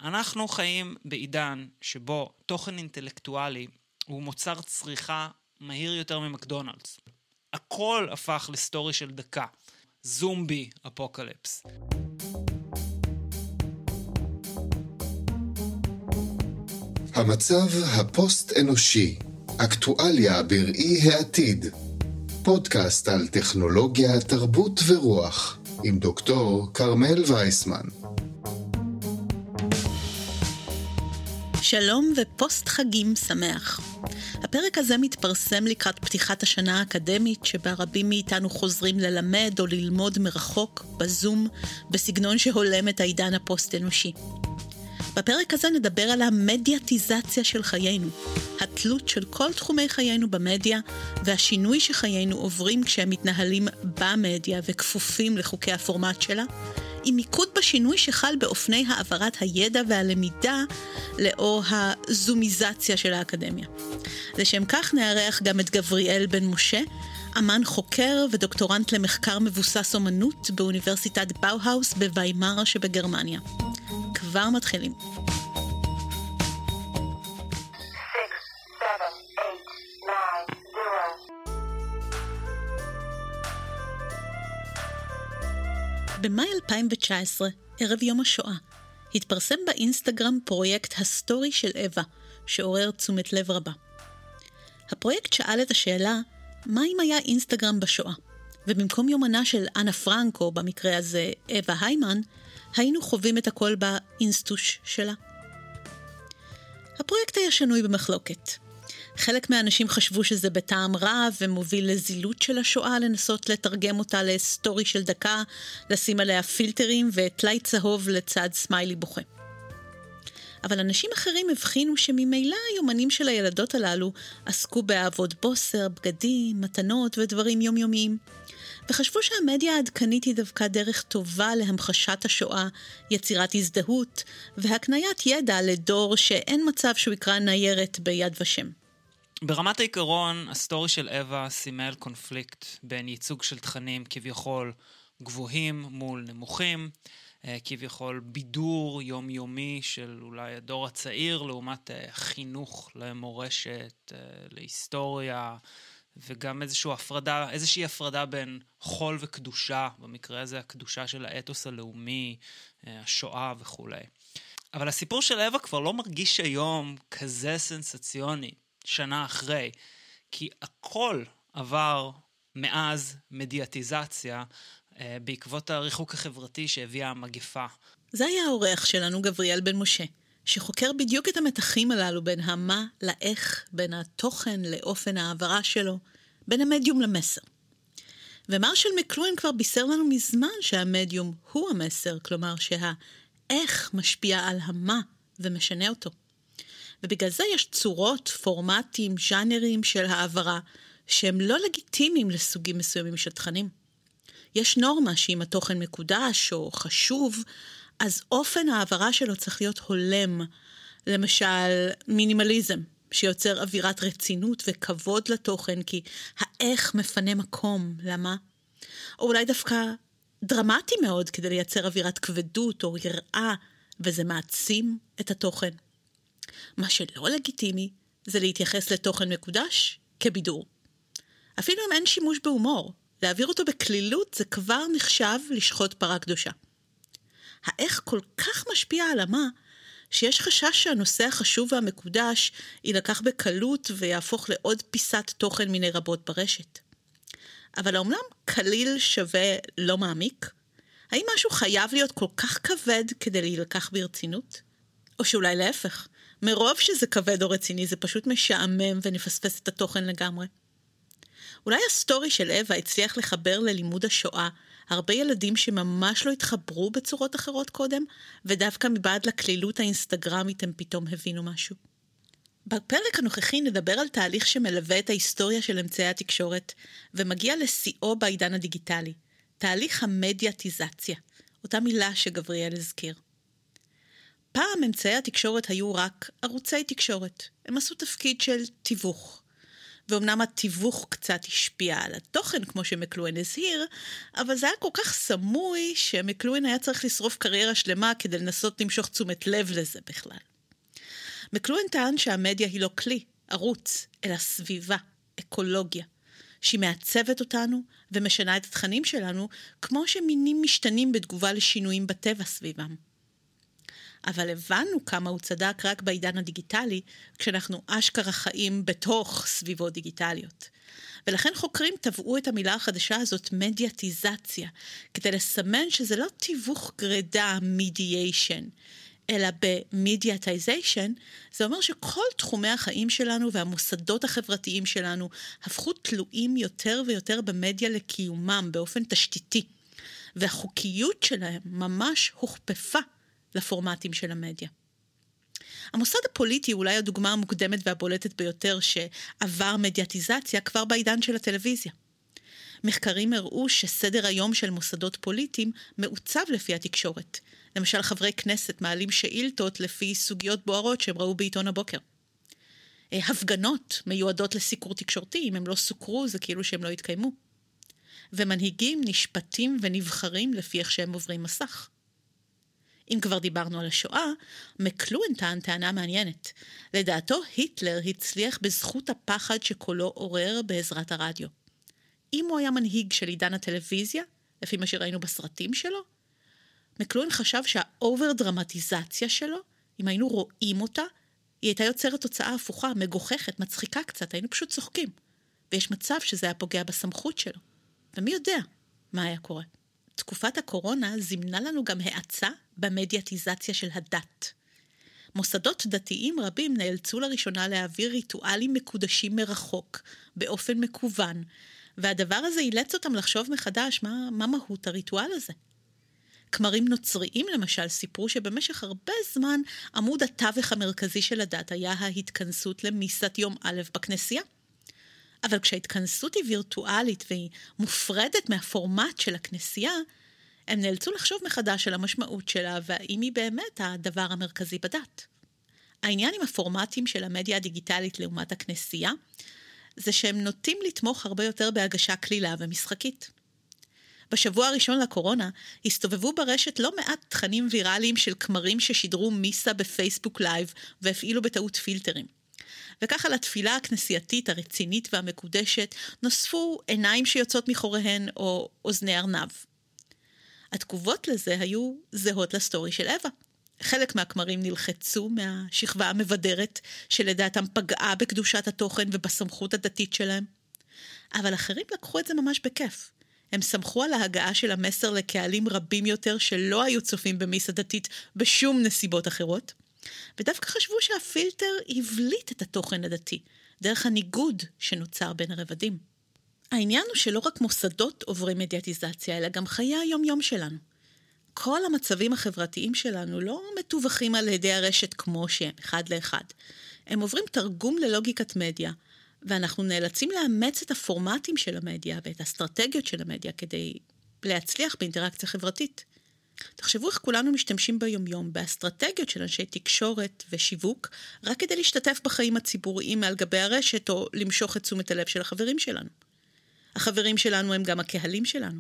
אנחנו חיים בעידן שבו תוכן אינטלקטואלי הוא מוצר צריכה מהיר יותר ממקדונלדס. הכל הפך לסטורי של דקה. זומבי אפוקליפס. המצב הפוסט-אנושי, אקטואליה בראי העתיד. פודקאסט על טכנולוגיה, תרבות ורוח, עם דוקטור קרמל וייסמן. שלום ופוסט חגים שמח. הפרק הזה מתפרסם לקראת פתיחת השנה האקדמית, שבה רבים מאיתנו חוזרים ללמד או ללמוד מרחוק, בזום, בסגנון שהולם את העידן הפוסט-אנושי. בפרק הזה נדבר על המדיאטיזציה של חיינו, התלות של כל תחומי חיינו במדיה, והשינוי שחיינו עוברים כשהם מתנהלים במדיה וכפופים לחוקי הפורמט שלה, עם מיקוד בשינוי שחל באופני העברת הידע והלמידה לאור הזומיזציה של האקדמיה. לשם כך נארח גם את גבריאל בן משה, אמן חוקר ודוקטורנט למחקר מבוסס אומנות באוניברסיטת באוהאוס בוויימאר שבגרמניה. כבר מתחילים. 6, 7, 8, 9, 0. במאי 2019, ערב יום השואה, התפרסם באינסטגרם פרויקט הסטורי של אווה, שעורר תשומת לב רבה. הפרויקט שאל את השאלה, מה אם היה אינסטגרם בשואה? ובמקום יומנה של אנה פרנק, או במקרה הזה אווה היימן, היינו חווים את הכל באינסטוש שלה. הפרויקט היה שנוי במחלוקת. חלק מהאנשים חשבו שזה בטעם רע ומוביל לזילות של השואה, לנסות לתרגם אותה לסטורי של דקה, לשים עליה פילטרים וטלי צהוב לצד סמיילי בוכה. אבל אנשים אחרים הבחינו שממילא היומנים של הילדות הללו עסקו באהבות בוסר, בגדים, מתנות ודברים יומיומיים. וחשבו שהמדיה העדכנית היא דווקא דרך טובה להמחשת השואה, יצירת הזדהות והקניית ידע לדור שאין מצב שהוא יקרא ניירת ביד ושם. ברמת העיקרון, הסטורי של אווה סימל קונפליקט בין ייצוג של תכנים כביכול גבוהים מול נמוכים, כביכול בידור יומיומי של אולי הדור הצעיר, לעומת חינוך למורשת, להיסטוריה, וגם איזושהי הפרדה בין חול וקדושה, במקרה הזה הקדושה של האתוס הלאומי, השואה וכו'. אבל הסיפור של אווה כבר לא מרגיש היום כזה סנסציוני, שנה אחרי, כי הכל עבר מאז מדיאטיזציה, בעקבות הריחוק החברתי שהביאה המגפה. זה היה האורח שלנו גבריאל בן משה, שחוקר בדיוק את המתחים הללו בין המה לאיך, בין התוכן לאופן העברה שלו, בין המדיום למסר. ומרשל מקלואין כבר בישר לנו מזמן שהמדיום הוא המסר, כלומר שהאיך משפיע על המה ומשנה אותו. ובגלל זה יש צורות, פורמטים, ז'אנרים של העברה, שהם לא לגיטימיים לסוגים מסוימים של תכנים. יש נורמה שאם התוכן מקודש או חשוב, אז אופן העברה שלו צריך להיות הולם. למשל, מינימליזם, שיוצר אווירת רצינות וכבוד לתוכן, כי האיך מפנה מקום. למה? או אולי דווקא דרמטי מאוד כדי לייצר אווירת כבדות או יראה, וזה מעצים את התוכן. מה שלא לגיטימי זה להתייחס לתוכן מקודש כבידור. אפילו אם אין שימוש בהומור, להעביר אותו בכלילות זה כבר נחשב לשחוט פרה קדושה. האיך כל כך משפיע על המה, שיש חשש שהנושא החשוב והמקודש יילקח בקלות ויהפוך לעוד פיסת תוכן מיני רבות ברשת. אבל האומנם כליל שווה לא מעמיק? האם משהו חייב להיות כל כך כבד כדי להילקח ברצינות? או שאולי להפך, מרוב שזה כבד או רציני זה פשוט משעמם ונפספס את התוכן לגמרי. אולי הסטורי של אווה הצליח לחבר ללימוד השואה הרבה ילדים שממש לא התחברו בצורות אחרות קודם, ודווקא מבעד לכלילות האינסטגרמית הם פתאום הבינו משהו. בפרק הנוכחי נדבר על תהליך שמלווה את ההיסטוריה של אמצעי התקשורת, ומגיע לשיאו בעידן הדיגיטלי, תהליך המדיאטיזציה, אותה מילה שגבריאל הזכיר. פעם אמצעי התקשורת היו רק ערוצי תקשורת, הם עשו תפקיד של תיווך. ואומנם התיווך קצת השפיע על התוכן, כמו שמקלואין הזהיר, אבל זה היה כל כך סמוי, שמקלואין היה צריך לשרוף קריירה שלמה כדי לנסות למשוך תשומת לב לזה בכלל. מקלואין טען שהמדיה היא לא כלי, ערוץ, אלא סביבה, אקולוגיה, שהיא מעצבת אותנו ומשנה את התכנים שלנו, כמו שמינים משתנים בתגובה לשינויים בטבע סביבם. אבל הבנו כמה הוא צדק רק בעידן הדיגיטלי, כשאנחנו אשכרה חיים בתוך סביבות דיגיטליות. ולכן חוקרים טבעו את המילה החדשה הזאת, מדיאטיזציה, כדי לסמן שזה לא תיווך גרידה, mediation, אלא במדיאטיזיישן, זה אומר שכל תחומי החיים שלנו והמוסדות החברתיים שלנו הפכו תלויים יותר ויותר במדיה לקיומם באופן תשתיתי, והחוקיות שלהם ממש הוכפפה לפורמטים של המדיה. המוסד הפוליטי אולי הדוגמה המוקדמת והבולטת ביותר שעבר מדיאטיזציה כבר בעידן של הטלוויזיה. מחקרים הראו שסדר היום של מוסדות פוליטיים מעוצב לפי התקשורת. למשל, חברי כנסת מעלים שאילתות לפי סוגיות בוערות שהם ראו בעיתון הבוקר. הפגנות מיועדות לסיקור תקשורתי, אם הם לא סוקרו זה כאילו שהם לא התקיימו. ומנהיגים נשפטים ונבחרים לפי איך שהם עוברים מסך. אם כבר דיברנו על השואה, מקלואין טען טענה מעניינת. לדעתו, היטלר הצליח בזכות הפחד שקולו עורר בעזרת הרדיו. אם הוא היה מנהיג של עידן הטלוויזיה, לפי מה שראינו בסרטים שלו, מקלואין חשב שהאובר דרמטיזציה שלו, אם היינו רואים אותה, היא הייתה יוצרת תוצאה הפוכה, מגוחכת, מצחיקה קצת, היינו פשוט צוחקים. ויש מצב שזה היה פוגע בסמכות שלו. ומי יודע מה היה קורה? תקופת הקורונה זימנה לנו גם האצה במדיאטיזציה של הדת. מוסדות דתיים רבים נאלצו לראשונה להעביר ריטואלים מקודשים מרחוק, באופן מקוון, והדבר הזה אילץ אותם לחשוב מחדש מה מהות הריטואל הזה. כמרים נוצריים למשל סיפרו שבמשך הרבה זמן עמוד התווך המרכזי של הדת היה ההתכנסות למיסת יום א' בכנסייה. אבל כשההתכנסות היא וירטואלית והיא מופרדת מהפורמט של הכנסייה, הם נאלצו לחשוב מחדש על המשמעות שלה והאם היא באמת הדבר המרכזי בדת. העניין עם הפורמטים של המדיה הדיגיטלית לעומת הכנסייה, זה שהם נוטים לתמוך הרבה יותר בהגשה כלילה ומשחקית. בשבוע הראשון לקורונה הסתובבו ברשת לא מעט תכנים ויראליים של כמרים ששידרו מיסה בפייסבוק לייב והפעילו בטעות פילטרים. וככה לתפילה הכנסייתית הרצינית והמקודשת נוספו עיניים שיוצאות מחוריהן או אוזני ארנב. התגובות לזה היו זהות לסטורי של אווה. חלק מהכמרים נלחצו מהשכבה המבדרת שלדעתם פגעה בקדושת התוכן ובסמכות הדתית שלהם. אבל אחרים לקחו את זה ממש בכיף. הם סמכו על ההגעה של המסר לקהלים רבים יותר שלא היו צופים במיסה דתית בשום נסיבות אחרות. ודווקא חשבו שהפילטר הבליט את התוכן הדתי, דרך הניגוד שנוצר בין הרבדים. העניין הוא שלא רק מוסדות עוברים מדיאטיזציה, אלא גם חיי היום-יום שלנו. כל המצבים החברתיים שלנו לא מתווכים על ידי הרשת כמו שהם, אחד לאחד. הם עוברים תרגום ללוגיקת מדיה, ואנחנו נאלצים לאמץ את הפורמטים של המדיה ואת האסטרטגיות של המדיה כדי להצליח באינטראקציה חברתית. תחשבו איך כולנו משתמשים ביומיום באסטרטגיות של אנשי תקשורת ושיווק, רק כדי להשתתף בחיים הציבוריים מעל גבי הרשת או למשוך את תשומת הלב של החברים שלנו. החברים שלנו הם גם הקהלים שלנו.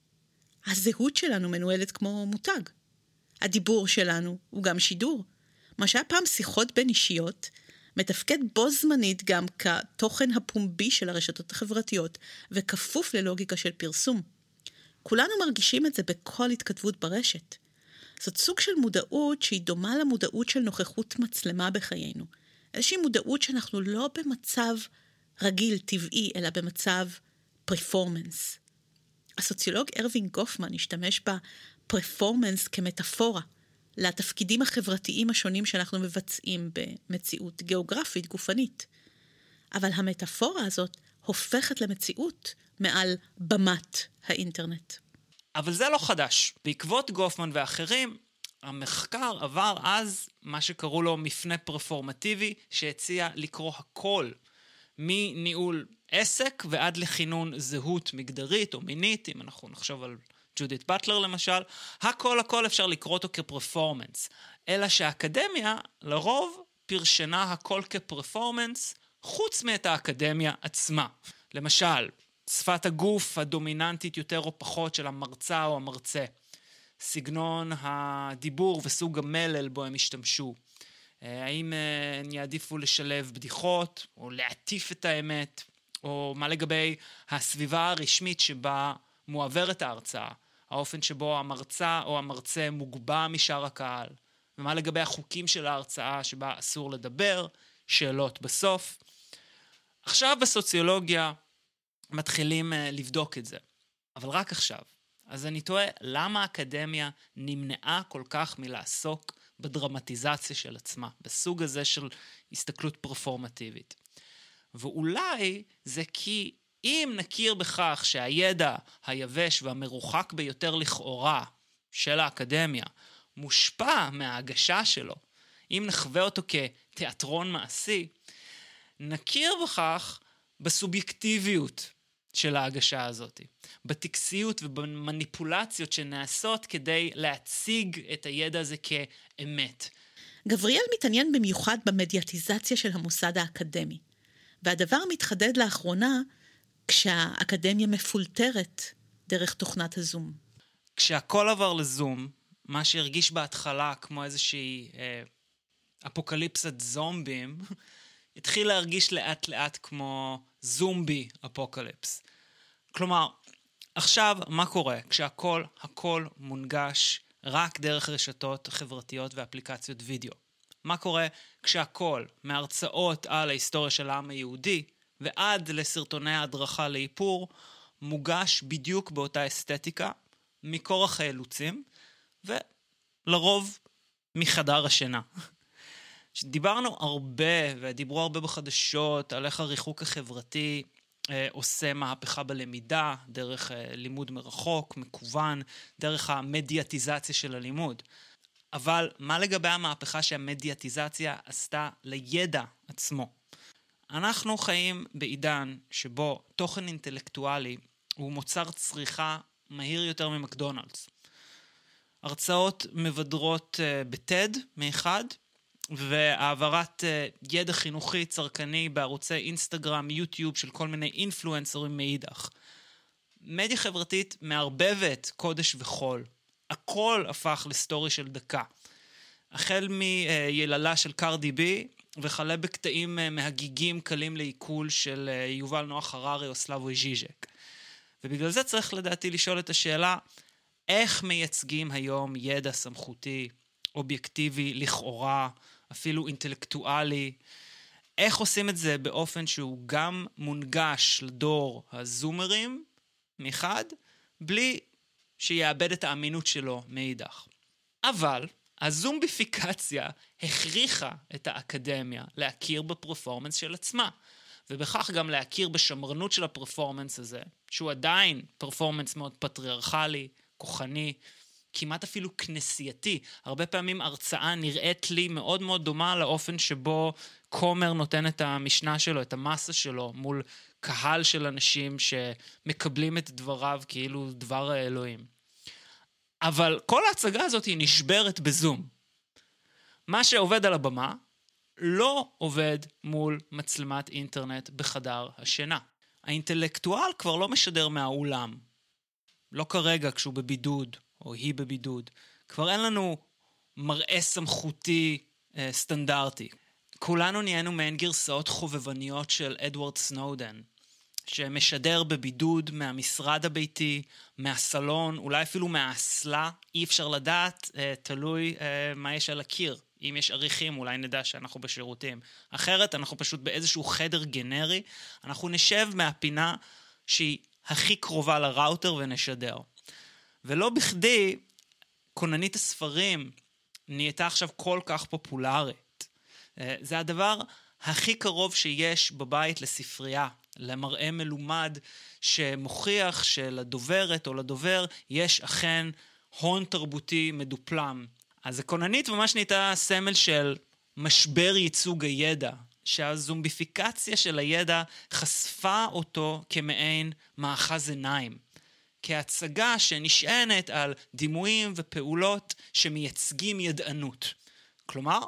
הזהות שלנו מנוהלת כמו מותג. הדיבור שלנו הוא גם שידור. מה שהיה פעם שיחות בין אישיות, מתפקד בו זמנית גם כתוכן הפומבי של הרשתות החברתיות, וכפוף ללוגיקה של פרסום. כולנו מרגישים את זה בכל התכתבות ברשת. זאת סוג של מודעות שהיא דומה למודעות של נוכחות מצלמה בחיינו. איזושהי מודעות שאנחנו לא במצב רגיל, טבעי, אלא במצב פרפורמנס. הסוציולוג ארווין גופמן השתמש בפרפורמנס כמטאפורה לתפקידים החברתיים השונים שאנחנו מבצעים במציאות גיאוגרפית, גופנית. אבל המטאפורה הזאת הופכת למציאות מעל במת האינטרנט. אבל זה לא חדש. בעקבות גופמן ואחרים, המחקר עבר אז מה שקראו לו מפנה פרפורמטיבי, שהציע לקרוא הכל, מניהול עסק ועד לכינון זהות מגדרית או מינית, אם אנחנו נחשוב על ג'ודית באטלר למשל, הכל אפשר לקרוא אותו כפרפורמנס. אלא שהאקדמיה לרוב פרשנה הכל כפרפורמנס, חוץ מאת האקדמיה עצמה. למשל, שפת הגוף הדומיננטית יותר או פחות של המרצה או המרצה, סגנון הדיבור וסוג המלל בו הם השתמשו, האם הם יעדיפו לשלב בדיחות או להטיף את האמת, או מה לגבי הסביבה הרשמית שבה מועברת ההרצאה, האופן שבו המרצה או המרצה מוגבע משאר הקהל, ומה לגבי החוקים של ההרצאה שבה אסור לדבר, שאלות בסוף. עכשיו בסוציולוגיה מתחילים לבדוק את זה, אבל רק עכשיו. אז אני תוהה, למה האקדמיה נמנעה כל כך מלעסוק בדרמטיזציה של עצמה, בסוג הזה של הסתכלות פרפורמטיבית? ואולי זה כי אם נכיר בכך שהידע היבש והמרוחק ביותר לכאורה של האקדמיה מושפע מההגשה שלו, אם נחווה אותו כתיאטרון מעשי, נכיר בכך בסובייקטיביות של ההגשה הזאת, בטקסיות ובמניפולציות שנעשות כדי להציג את הידע הזה כאמת. גבריאל מתעניין במיוחד במדיאטיזציה של המוסד האקדמי, והדבר מתחדד לאחרונה כשהאקדמיה מפולטרת דרך תוכנת הזום. כשהכל עבר לזום, מה שהרגיש בהתחלה כמו איזושהי אפוקליפסת זומבים, התחיל להרגיש לאט לאט כמו זומבי אפוקליפס. כלומר, עכשיו מה קורה? כשהכל מונגש רק דרך רשתות חברתיות ואפליקציות וידאו. מה קורה כשהכל, מהרצאות על ההיסטוריה של העם היהודי ועד לסרטוני ההדרכה לאיפור, מוגש בדיוק באותה אסתטיקה, מכורח האילוצים, ולרוב מחדר השינה. דיברנו הרבה ודיברו הרבה בחדשות על איך הריחוק החברתי עושה מהפכה בלמידה, דרך לימוד מרחוק, מקוון, דרך המדיאטיזציה של הלימוד. אבל מה לגבי המהפכה שהמדיאטיזציה עשתה לידע עצמו? אנחנו חיים בעידן שבו תוכן אינטלקטואלי הוא מוצר צריכה מהיר יותר ממקדונלדס. הרצאות מבדרות בטד מאחד, והעברת ידע חינוכי צרכני בערוצי אינסטגרם, יוטיוב של כל מיני אינפלואנסרים מאידך. מדיה חברתית מערבבת קודש וחול. הכל הפך לסטורי של דקה. החל מיללה של קרדי בי, וכלה בקטעים מהגיגים קלים לעיכול של יובל נוח הררי או סלאבוי ז'יז'ק. ובגלל זה צריך לדעתי לשאול את השאלה, איך מייצגים היום ידע סמכותי, אובייקטיבי, לכאורה, אפילו אינטלקטואלי? איך עושים את זה באופן שהוא גם מונגש לדור הזומרים מחד, בלי שיאבד את האמינות שלו מאידך? אבל הזומביפיקציה הכריחה את האקדמיה להכיר בפרפורמנס של עצמה, ובכך גם להכיר בשמרנות של הפרפורמנס הזה, שהוא עדיין פרפורמנס מאוד פטריארכלי, כוחני, כמעט אפילו כנסייתי. הרבה פעמים הרצאה נראית לי מאוד מאוד דומה לאופן שבו קומר נותן את המשנה שלו, את המסה שלו, מול קהל של אנשים שמקבלים את דבריו כאילו דבר האלוהים. אבל כל ההצגה הזאת היא נשברת בזום. מה שעובד על הבמה לא עובד מול מצלמת אינטרנט בחדר השינה. האינטלקטואל כבר לא משדר מהאולם. לא כרגע כשהוא בבידוד או היא בבידוד. כבר אין לנו מראה סמכותי סטנדרטי. כולנו נהיינו מעין גרסאות חובבניות של אדוארד סנודן, שמשדר בבידוד מהמשרד הביתי, מהסלון, אולי אפילו מהאסלה, אי אפשר לדעת, תלוי מה יש על הקיר. אם יש עריכים, אולי נדע שאנחנו בשירותים. אחרת, אנחנו פשוט באיזשהו חדר גנרי, אנחנו נשב מהפינה שהיא הכי קרובה לראוטר ונשדר. ולא בכדי, כוננית הספרים נהייתה עכשיו כל כך פופולרית. זה הדבר הכי קרוב שיש בבית לספרייה, למראה מלומד שמוכיח שלדוברת או לדובר יש אכן הון תרבותי מדופלם. אז הכוננית ממש נהייתה סמל של משבר ייצוג הידע, שהזומביפיקציה של הידע חשפה אותו כמעין מאחז עיניים, כהצגה שנשענת על דימויים ופעולות שמייצגים ידענות. כלומר,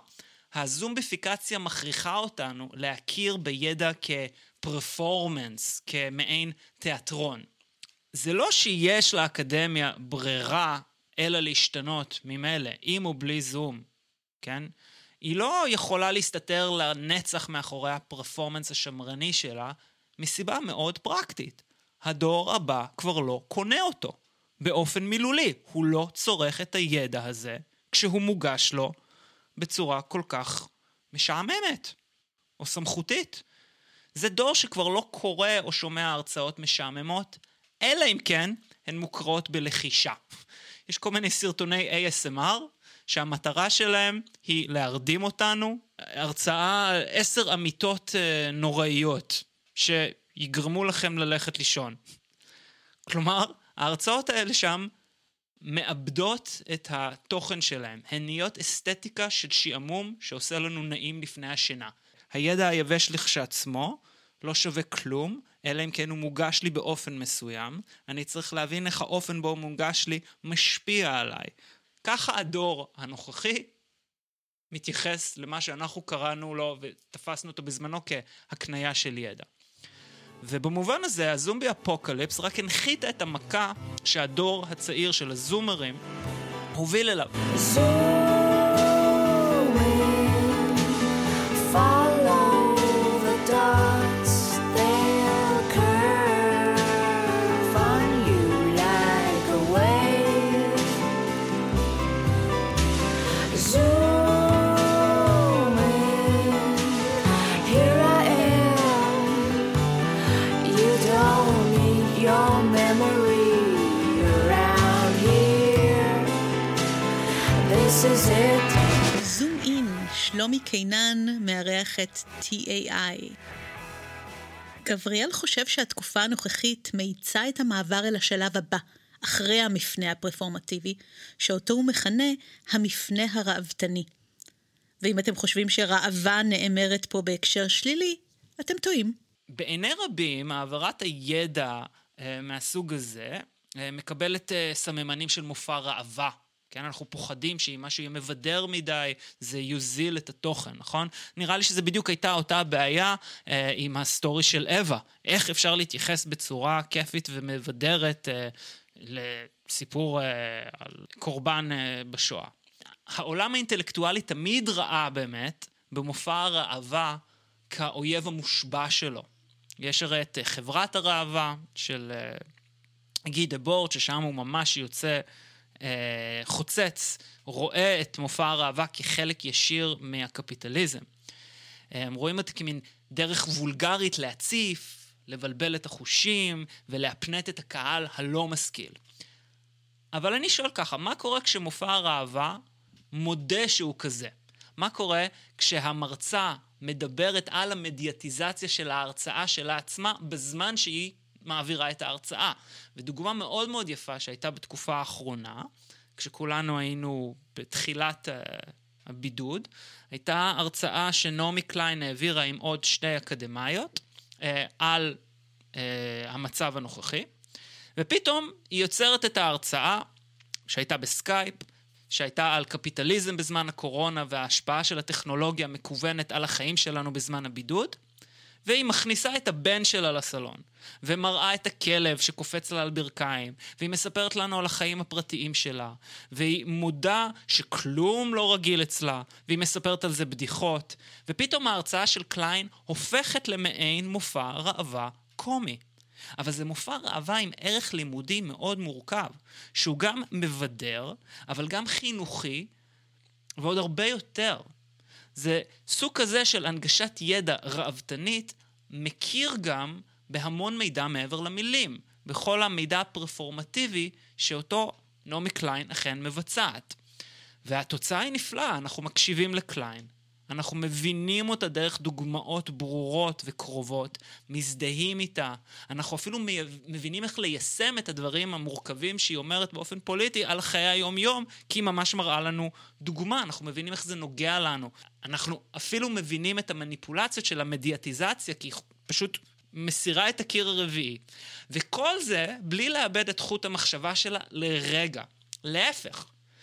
הזומביפיקציה מכריחה אותנו להכיר בידע כפרפורמנס, כמעין תיאטרון. זה לא שיש לאקדמיה ברירה אלא להשתנות ממילא, עם או בלי זום, כן? היא לא יכולה להסתתר לנצח מאחורי הפרפורמנס השמרני שלה, מסיבה מאוד פרקטית. הדור הבא כבר לא קונה אותו. באופן מילולי, הוא לא צורך את הידע הזה, כשהוא מוגש לו בצורה כל כך משעממת, או סמכותית. זה דור שכבר לא קורא או שומע הרצאות משעממות, אלא אם כן הן מוכרות בלחישה. יש כל מיני סרטוני ASMR, שהמטרה שלהם היא להרדים אותנו, הרצאה 10 אמיתות נוראיות, שיגרמו לכם ללכת לישון. כלומר, ההרצאות האלה שם מאבדות את התוכן שלהם. הן נהיות אסתטיקה של שעמום שעושה לנו נעים לפני השינה. הידע היבש לכשעצמו לא שווה כלום, אלא אם כן הוא מוגש לי באופן מסוים. אני צריך להבין איך האופן בו הוא מוגש לי משפיע עליי. ככה הדור הנוכחי מתייחס למה שאנחנו קראנו לו ותפסנו אותו בזמנו כהקניה של ידע. ובמובן הזה הזומבי אפוקליפס רק הנחיתה את המכה שהדור הצעיר של הזומרים הוביל אליו. זום אין, שלומי קינן מארח את TAI. גבריאל חושב שהתקופה הנוכחית מאיצה את המעבר אל השלב הבא, אחרי המפנה הפרפורמטיבי, שאותו הוא מכנה המפנה הרעבתני. ואם אתם חושבים שרעבה נאמרת פה בהקשר שלילי, אתם טועים. בעיני רבים, העברת הידע מהסוג הזה מקבלת סממנים של מופע רעבה. כן, אנחנו פוחדים שאם משהו יהיה מבדר מדי, זה יוזיל את התוכן, נכון? נראה לי שזה בדיוק הייתה אותה הבעיה עם הסטורי של אווה. איך אפשר להתייחס בצורה כיפית ומבדרת לסיפור על קורבן בשואה. העולם האינטלקטואלי תמיד ראה באמת במופע הרעבה כאויב המושבע שלו. יש הרי את חברת הרעבה של גי דבורד, ששם הוא ממש יוצא חוצץ, רואה את מופע הרעבה כחלק ישיר מהקפיטליזם. הם רואים את כמין דרך וולגרית להציף, לבלבל את החושים ולהפנט את הקהל הלא משכיל. אבל אני שואל ככה, מה קורה כשמופע הרעבה מודה שהוא כזה? מה קורה כשהמרצה מדברת על המדיאטיזציה של ההרצאה שלה עצמה בזמן שהיא מעבירה את ההרצאה? ודוגמה מאוד מאוד יפה שהייתה בתקופה האחרונה, כשכולנו היינו בתחילת הבידוד, הייתה הרצאה שנעמי קליין העבירה עם עוד 2 אקדמאיות על המצב הנוכחי, ופתאום היא יוצרת את ההרצאה שהייתה בסקייפ, שהייתה על קפיטליזם בזמן הקורונה וההשפעה של הטכנולוגיה המקוונת על החיים שלנו בזמן הבידוד, והיא מכניסה את הבן שלה לסלון, ומראה את הכלב שקופץ לה על ברכיים, והיא מספרת לנו על החיים הפרטיים שלה, והיא מודה שכלום לא רגיל אצלה, והיא מספרת על זה בדיחות, ופתאום ההרצאה של קליין הופכת למעין מופע רעבה קומי. אבל זה מופע רעבה עם ערך לימודי מאוד מורכב, שהוא גם מבדר, אבל גם חינוכי, ועוד הרבה יותר. זה סוג כזה של הנגשת ידע רעבתנית, מכיר גם בהמון מידע מעבר למילים, בכל המידע הפרפורמטיבי שאותו נעמי קליין אכן מבצעת. והתוצאה היא נפלאה, אנחנו מקשיבים לקליין, אנחנו מבינים אותה דרך דוגמאות ברורות וקרובות, מזדהים איתה, אנחנו אפילו מבינים איך ליישם את הדברים המורכבים שהיא אומרת באופן פוליטי על חיי היום-יום, כי היא ממש מראה לנו דוגמה, אנחנו מבינים איך זה נוגע לנו, אנחנו אפילו מבינים את המניפולציות של המדיאטיזציה, כי היא פשוט מסירה את הקיר הרביעי, וכל זה בלי לאבד את חוט המחשבה שלה לרגע, להפך.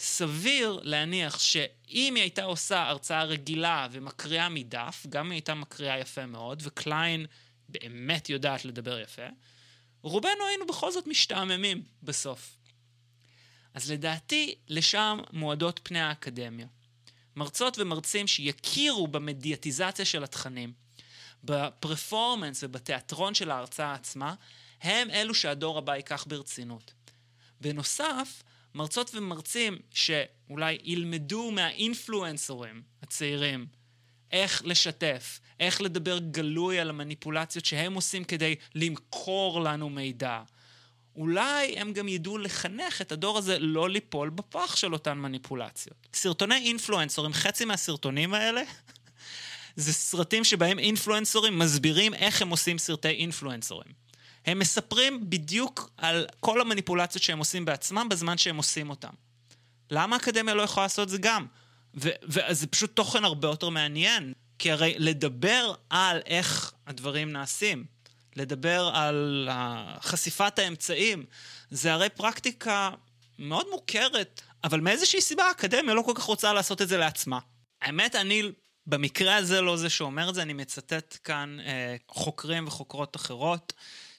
סביר להניח שאם היא הייתה עושה הרצאה רגילה ומקריאה מדף, גם היא הייתה מקריאה יפה מאוד, וקליין באמת יודעת לדבר יפה, רובנו היינו בכל זאת משתעממים בסוף. אז לדעתי, לשם מועדות פני האקדמיה. מרצות ומרצים שיכירו במדיאטיזציה של התכנים, בפרפורמנס ובתיאטרון של ההרצאה עצמה, הם אלו שהדור הבא ייקח ברצינות. בנוסף, מרצות ומרצים שאולי ילמדו מהאינפלואנסרים הצעירים, איך לשתף, איך לדבר גלוי על המניפולציות שהם עושים כדי למכור לנו מידע. אולי הם גם ידעו לחנך את הדור הזה לא ליפול בפח של אותן מניפולציות. סרטוני אינפלואנסרים, חצי מהסרטונים האלה, זה סרטים שבהם אינפלואנסרים מסבירים איך הם עושים סרטי אינפלואנסרים. הם מספרים בדיוק על כל המניפולציות שהם עושים בעצמם בזמן שהם עושים אותם. למה האקדמיה לא יכולה לעשות זה גם? וזה פשוט תוכן הרבה יותר מעניין, כי הרי לדבר על איך הדברים נעשים, לדבר על חשיפת האמצעים, זה הרי פרקטיקה מאוד מוכרת, אבל מאיזושהי סיבה האקדמיה לא כל כך רוצה לעשות את זה לעצמה. האמת, אני במקרה הזה לא זה שאומר את זה, אני מצטט כאן חוקרים וחוקרות אחרות,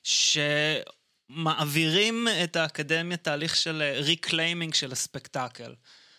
שמעבירים את האקדמיה תהליך של ריקליימינג של הספקטקל.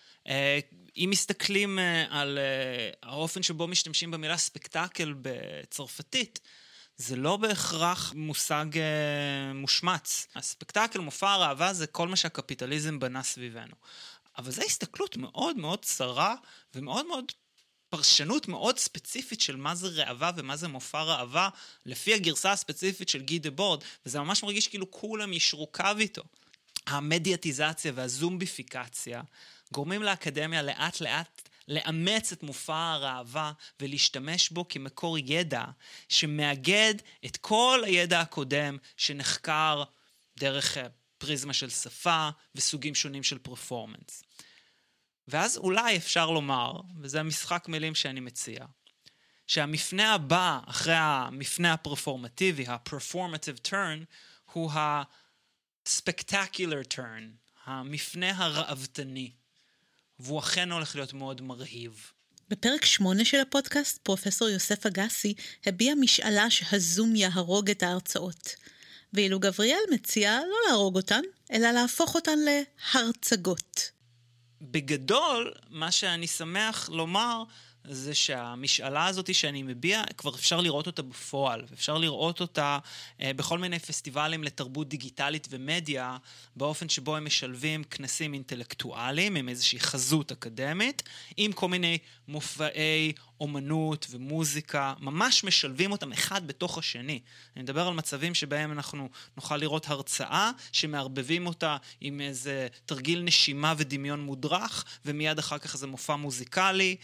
אם מסתכלים על האופן שבו משתמשים במילה ספקטקל בצרפתית, זה לא בהכרח מושג מושמץ. הספקטקל, מופע הראווה, זה כל מה שהקפיטליזם בנה סביבנו. אבל זו הסתכלות מאוד מאוד צרה ומאוד מאוד פרשנות מאוד ספציפית של מה זה ראווה ומה זה מופע ראווה, לפי הגרסה הספציפית של גי דבורד, וזה ממש מרגיש כאילו כולם ישרו קו איתו. המדיאטיזציה והזומביפיקציה גורמים לאקדמיה לאט לאט לאמץ את מופע הראווה ולהשתמש בו כמקור ידע שמאגד את כל הידע הקודם שנחקר דרך פריזמה של שפה וסוגים שונים של פרפורמנס. ואז אולי אפשר לומר, וזה המשחק מילים שאני מציע, שהמפנה הבא אחרי המפנה הפרפורמטיבי, ה-performative turn, הוא ה-spectacular turn, המפנה הראוותני, והוא אכן הולך להיות מאוד מרהיב. בפרק 8 של הפודקאסט, פרופסור יוסף אגסי הביע משאלה שהזום יהרוג את ההרצאות. ואילו גבריאל מציע לא להרוג אותן, אלא להפוך אותן להרצגות. בגדול, מה שאני שמח לומר, זה שהמשאלה הזאת שאני מביע, כבר אפשר לראות אותה בפועל, אפשר לראות אותה בכל מיני פסטיבלים לתרבות דיגיטלית ומדיה, באופן שבו הם משלבים כנסים אינטלקטואליים, עם איזושהי חזות אקדמית, עם כל מיני מופעי אומנות ומוזיקה, ממש משלבים אותם אחד בתוך השני. אני מדבר על מצבים שבהם אנחנו נוכל לראות הרצאה, שמערבבים אותה עם איזה תרגיל נשימה ודמיון מודרך, ומיד אחר כך איזה מופע מוזיקלי,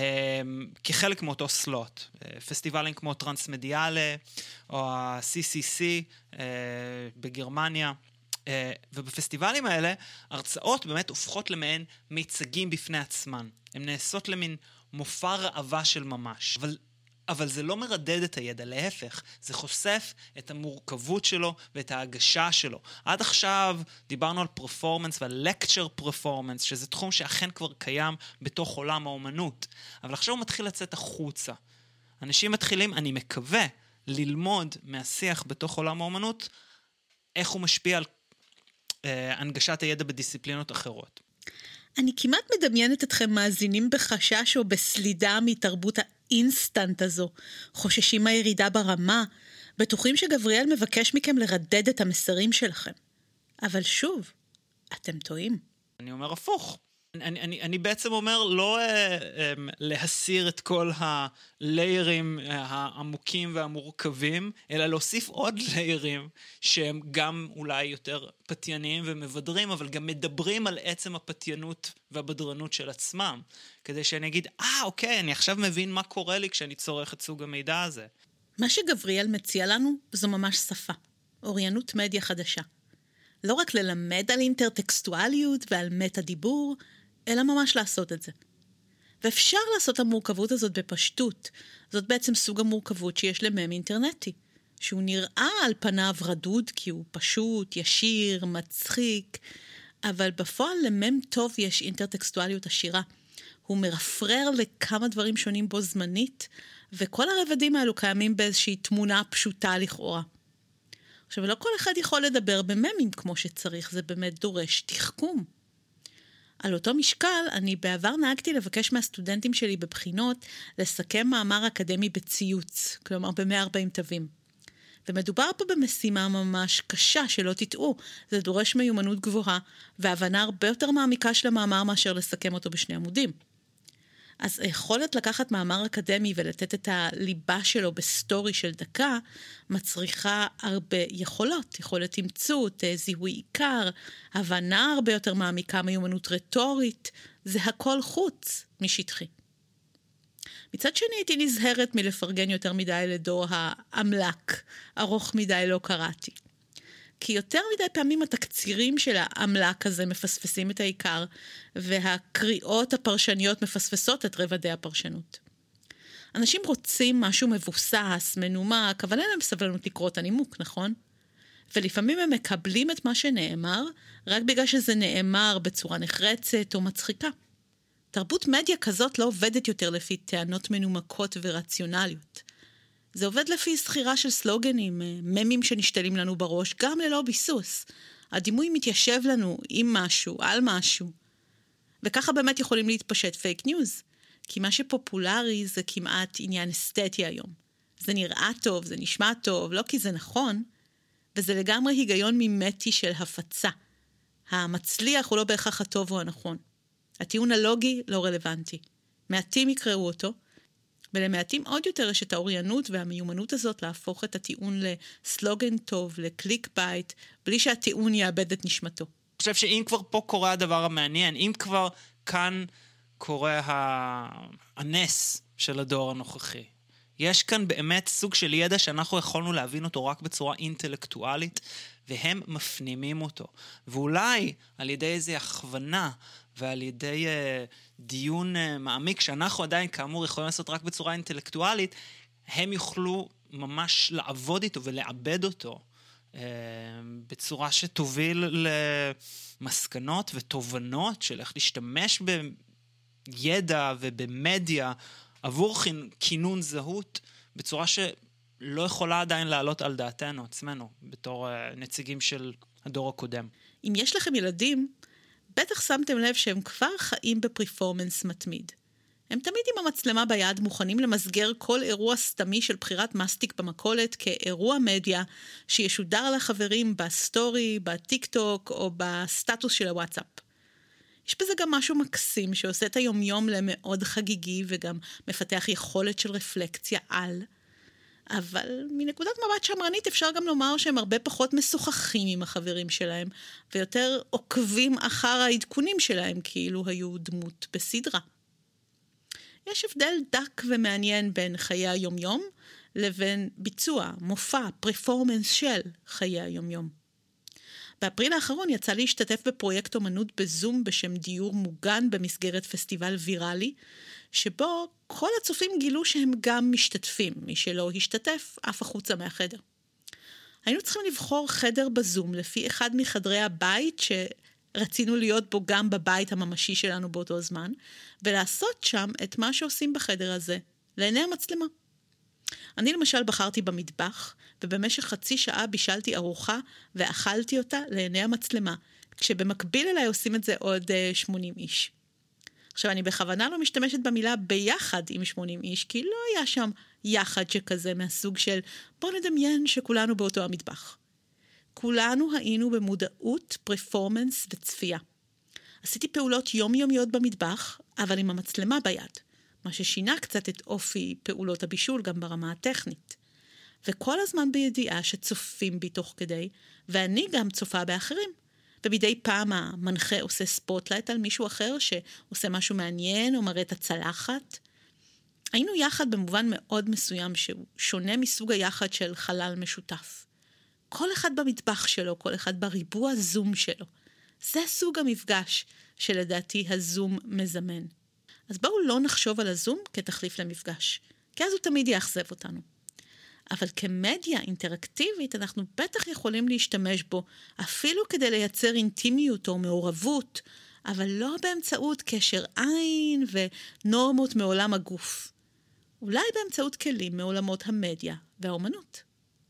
כחלק מאותו סלוט. פסטיבלים כמו טרנסמדיאלה, או ה-CCC בגרמניה, ובפסטיבלים האלה, הרצאות באמת הופכות למעין מיצגים בפני עצמן. הן נעשות למין מופע ראווה של ממש. אבל זה לא מרדד את הידע, להפך, זה חושף את המורכבות שלו ואת ההגשה שלו. עד עכשיו דיברנו על פרפורמנס ועל לקצ'ר פרפורמנס, שזה תחום שאכן כבר קיים בתוך עולם האומנות. אבל עכשיו הוא מתחיל לצאת החוצה. אנשים מתחילים, אני מקווה, ללמוד מהשיח בתוך עולם האומנות, איך הוא משפיע על הנגשת הידע בדיסציפלינות אחרות. אני כמעט מדמיינת אתכם מאזינים בחשש או בסלידה מתרבות האינסטנט הזו, חוששים מהירידה ברמה, בטוחים שגבריאל מבקש מכם לרדד את המסרים שלכם. אבל שוב, אתם טועים. אני אומר הפוך. אני בעצם אומר לא להסיר את כל הליירים העמוקים והמורכבים, אלא להוסיף עוד ליירים שהם גם אולי יותר פתייניים ומבדרים, אבל גם מדברים על עצם הפתיינות והבדרנות של עצמם, כדי שאני אגיד, אוקיי, אני עכשיו מבין מה קורה לי כשאני צורך את סוג המידע הזה. מה שגבריאל מציע לנו זו ממש שפה, אוריינות מדיה חדשה. לא רק ללמד על אינטרטקסטואליות ועל מטה דיבור, אלא ממש לעשות את זה. ואפשר לעשות המורכבות הזאת בפשטות. זאת בעצם סוג המורכבות שיש למם אינטרנטי, שהוא נראה על פניו רדוד כי הוא פשוט, ישיר, מצחיק, אבל בפועל למם טוב יש אינטרטקסטואליות עשירה. הוא מרפרר לכמה דברים שונים בו זמנית, וכל הרבדים האלו קיימים באיזושהי תמונה פשוטה לכאורה. עכשיו, לא כל אחד יכול לדבר בממים כמו שצריך, זה באמת דורש תחכום. על אותו משקל, אני בעבר נהגתי לבקש מהסטודנטים שלי בבחינות לסכם מאמר אקדמי בציוץ, כלומר ב-140 תווים. ומדובר פה במשימה ממש קשה, שלא תטעו. זה דורש מיומנות גבוהה, והבנה הרבה יותר מעמיקה של המאמר מאשר לסכם אותו בשני עמודים. אז היכולת לקחת מאמר אקדמי ולתת את הליבה שלו בסטורי של דקה, מצריכה הרבה יכולות. יכולת תמצות, זיהוי עיקר, הבנה הרבה יותר מעמיקה, מיומנות רטורית, זה הכל חוץ משטחי. מצד שני הייתי נזהרת מלפרגן יותר מדי לדור האמלק, ארוך מדי לא קראתי. כי יותר מדי פעמים התקצירים של האמלק הזה מפספסים את העיקר, והקריאות הפרשניות מפספסות את רבדי הפרשנות. אנשים רוצים משהו מבוסס, מנומק, אבל אין להם סבלנות לקרוא את הנימוק, נכון? ולפעמים הם מקבלים את מה שנאמר, רק בגלל שזה נאמר בצורה נחרצת או מצחיקה. תרבות מדיה כזאת לא עובדת יותר לפי טענות מנומקות ורציונליות. זה עובד לפי סחירה של סלוגנים, ממים שנשתלים לנו בראש, גם ללא ביסוס. הדימוי מתיישב לנו עם משהו, על משהו. וככה באמת יכולים להתפשט פייק ניוז. כי מה שפופולרי זה כמעט עניין אסתטי היום. זה נראה טוב, זה נשמע טוב, לא כי זה נכון, וזה לגמרי היגיון מימטי של הפצה. המצליח הוא לא בהכרח הטוב או הנכון. הטיעון הלוגי לא רלוונטי. מעטים יקראו אותו, ולמעטים עוד יותר יש את האוריינות והמיומנות הזאת להפוך את הטיעון לסלוגן טוב, לקליק בייט, בלי שהטיעון יאבד את נשמתו. אני חושב שאם כבר פה קורה הדבר המעניין, אם כבר כאן קורה הנס של הדור הנוכחי, יש כאן באמת סוג של ידע שאנחנו יכולנו להבין אותו רק בצורה אינטלקטואלית, והם מפנימים אותו. ואולי על ידי איזו הכוונה ועל ידי דיון מעמיק, שאנחנו עדיין כאמור יכולים לעשות רק בצורה אינטלקטואלית, הם יוכלו ממש לעבוד איתו ולעבד אותו בצורה שתוביל למסקנות ותובנות של איך להשתמש בידע ובמדיה עבור כינון זהות בצורה שלא יכולה עדיין לעלות על דעתנו עצמנו בתור נציגים של הדור הקודם. אם יש לכם ילדים, בטח שמתם לב שהם כבר חיים בפרפורמנס מתמיד. הם תמיד עם המצלמה ביד מוכנים למסגר כל אירוע סתמי של בחירת מסטיק במקולת כאירוע מדיה שישודר לחברים בסטורי, בטיק טוק או בסטטוס של הוואטסאפ. יש בזה גם משהו מקסים שעושה את היומיום למאוד חגיגי וגם מפתח יכולת של רפלקציה על. אבל מנקודת מבט שמרנית אפשר גם לומר שהם הרבה פחות משוחחים עם החברים שלהם, ויותר עוקבים אחר העדכונים שלהם כאילו היו דמות בסדרה. יש הבדל דק ומעניין בין חיי היומיום לבין ביצוע, מופע, פרפורמנס של חיי היומיום. באפריל האחרון יצא להשתתף בפרויקט אומנות בזום בשם דיור מוגן במסגרת פסטיבל ויראלי, שבו כל הצופים גילו שהם גם משתתפים, מי שלא השתתף אף החוצה מהחדר. היינו צריכים לבחור חדר בזום לפי אחד מחדרי הבית שרצינו להיות בו גם בבית הממשי שלנו באותו זמן, ולעשות שם את מה שעושים בחדר הזה, לעיני המצלמה. אני למשל בחרתי במטבח, ובמשך חצי שעה בישלתי ארוחה ואכלתי אותה לעיני המצלמה, כשבמקביל אליי עושים את זה עוד 80 איש. עכשיו, אני בכוונה לא משתמשת במילה ביחד עם 80 איש, כי לא היה שם יחד שכזה מהסוג של בוא נדמיין שכולנו באותו המטבח. כולנו היינו במודעות, פרפורמנס וצפייה. עשיתי פעולות יומיומיות במטבח, אבל עם המצלמה ביד, מה ששינה קצת את אופי פעולות הבישול גם ברמה הטכנית. וכל הזמן בידיעה שצופים בי תוך כדי, ואני גם צופה באחרים. ומדי פעם המנחה עושה ספוטלייט על מישהו אחר שעושה משהו מעניין או מראה את הצלחת. היינו יחד במובן מאוד מסוים שהוא שונה מסוג היחד של חלל משותף. כל אחד במטבח שלו, כל אחד בריבוע זום שלו. זה סוג המפגש שלדעתי הזום מזמן. אז בואו לא נחשוב על הזום כתחליף למפגש, כי אז הוא תמיד יאכזב אותנו. אבל כמדיה אינטראקטיבית אנחנו בטח יכולים להשתמש בו, אפילו כדי לייצר אינטימיות או מעורבות, אבל לא באמצעות קשר עין ונורמות מעולם הגוף. אולי באמצעות כלים מעולמות המדיה והאומנות.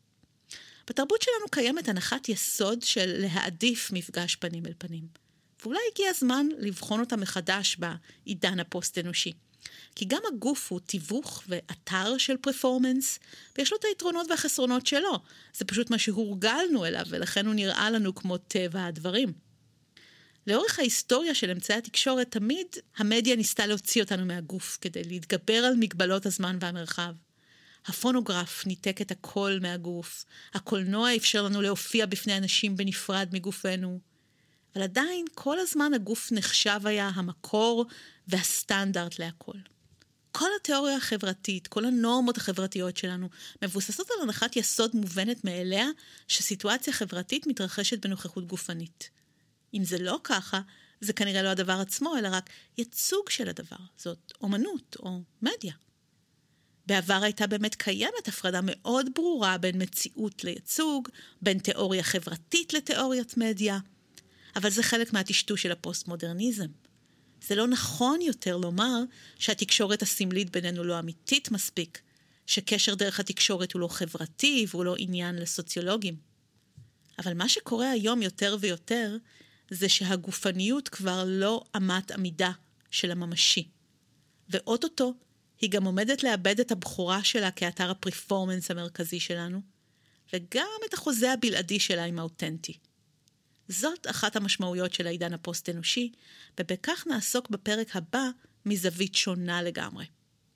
בתרבות שלנו קיימת הנחת יסוד של להעדיף מפגש פנים אל פנים. ואולי הגיע הזמן לבחון אותה מחדש בעידן הפוסט-אנושי. כי גם הגוף הוא תיווך ואתר של פרפורמנס, ויש לו את היתרונות והחסרונות שלו. זה פשוט מה שהורגלנו אליו, ולכן הוא נראה לנו כמו טבע הדברים. לאורך ההיסטוריה של אמצעי התקשורת, תמיד המדיה ניסתה להוציא אותנו מהגוף, כדי להתגבר על מגבלות הזמן והמרחב. הפונוגרף ניתק את הקול מהגוף, הקולנוע אפשר לנו להופיע בפני אנשים בנפרד מגופנו, אבל עדיין כל הזמן הגוף נחשב היה המקור והסטנדרט להכל. כל התיאוריה החברתית, כל הנורמות החברתיות שלנו, מבוססות על הנחת יסוד מובנת מאליה, שסיטואציה חברתית מתרחשת בנוכחות גופנית. אם זה לא ככה, זה כנראה לא הדבר עצמו, אלא רק ייצוג של הדבר. זאת אומנות או מדיה. בעבר הייתה באמת קיימת הפרדה מאוד ברורה בין מציאות לייצוג, בין תיאוריה חברתית לתיאוריית מדיה, אבל זה חלק מהטשטוש של הפוסט-מודרניזם. זה לא נכון יותר לומר שהתקשורת הסמלית בינינו לא אמיתית מספיק, שקשר דרך התקשורת הוא לא חברתי והוא לא עניין לסוציולוגים. אבל מה שקורה היום יותר ויותר, זה שהגופניות כבר לא אמת עמידה של הממשי. ואוטוטו היא גם עומדת לאבד את הבחורה שלה כאתר הפרפורמנס המרכזי שלנו, וגם את החוזה הבלעדי שלה עם האותנטי. זאת אחת המשמעויות של העידן הפוסט-אנושי, ובכך נעסוק בפרק הבא מזווית שונה לגמרי.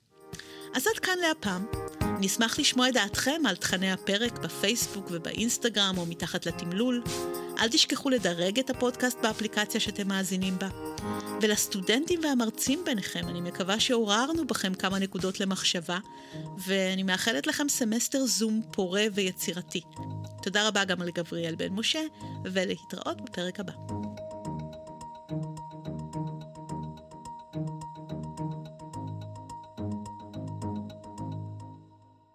אז עד כאן להפעם. נשמח לשמוע את דעתכם על תכני הפרק בפייסבוק ובאינסטגרם או מתחת לתמלול. אל תשכחו לדרג את הפודקאסט באפליקציה שאתם מאזינים בה. ולסטודנטים והמרצים ביניכם, אני מקווה שעוררנו בכם כמה נקודות למחשבה, ואני מאחלת לכם סמסטר זום פורה ויצירתי. תודה רבה גם לגבריאל בן משה, ולהתראות בפרק הבא.